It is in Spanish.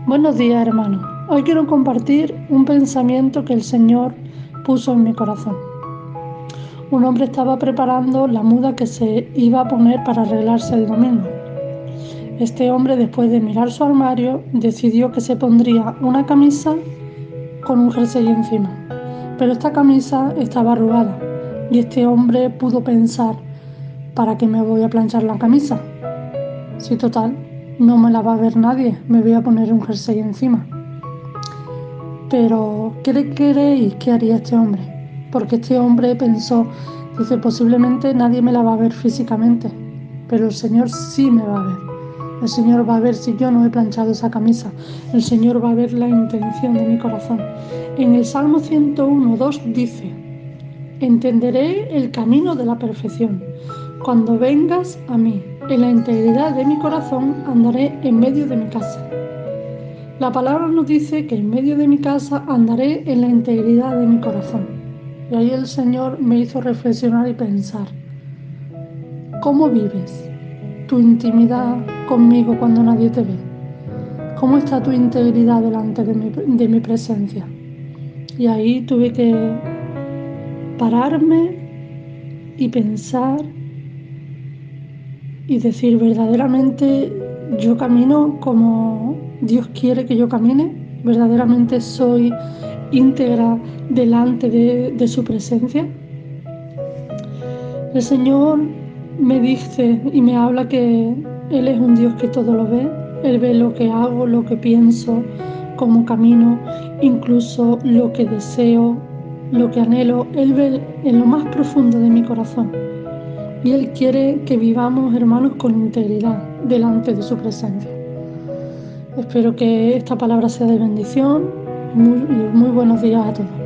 Buenos días, hermano. Hoy quiero compartir un pensamiento que el Señor puso en mi corazón. Un hombre estaba preparando la muda que se iba a poner para arreglarse el domingo. Este hombre, después de mirar su armario, decidió que se pondría una camisa con un jersey encima. Pero esta camisa estaba arrugada y este hombre pudo pensar: ¿para qué me voy a planchar la camisa? Si total, no me la va a ver nadie, me voy a poner un jersey encima. Pero, ¿qué creéis que haría este hombre? Porque este hombre pensó, dice, posiblemente nadie me la va a ver físicamente, pero el Señor sí me va a ver. El Señor va a ver si yo no he planchado esa camisa. El Señor va a ver la intención de mi corazón. En el Salmo 101:2 dice: entenderé el camino de la perfección. Cuando vengas a mí, en la integridad de mi corazón andaré en medio de mi casa. La palabra nos dice que en medio de mi casa andaré en la integridad de mi corazón. Y ahí el Señor me hizo reflexionar y pensar: ¿cómo vives tu intimidad conmigo cuando nadie te ve? ¿Cómo está tu integridad delante de mi presencia? Y ahí tuve que pararme y pensar y decir, verdaderamente yo camino como Dios quiere que yo camine, verdaderamente soy íntegra delante de su presencia. El Señor me dice y me habla que Él es un Dios que todo lo ve. Él ve lo que hago, lo que pienso, cómo camino, incluso lo que deseo, lo que anhelo. Él ve en lo más profundo de mi corazón. Y Él quiere que vivamos, hermanos, con integridad delante de su presencia. Espero que esta palabra sea de bendición y muy buenos días a todos.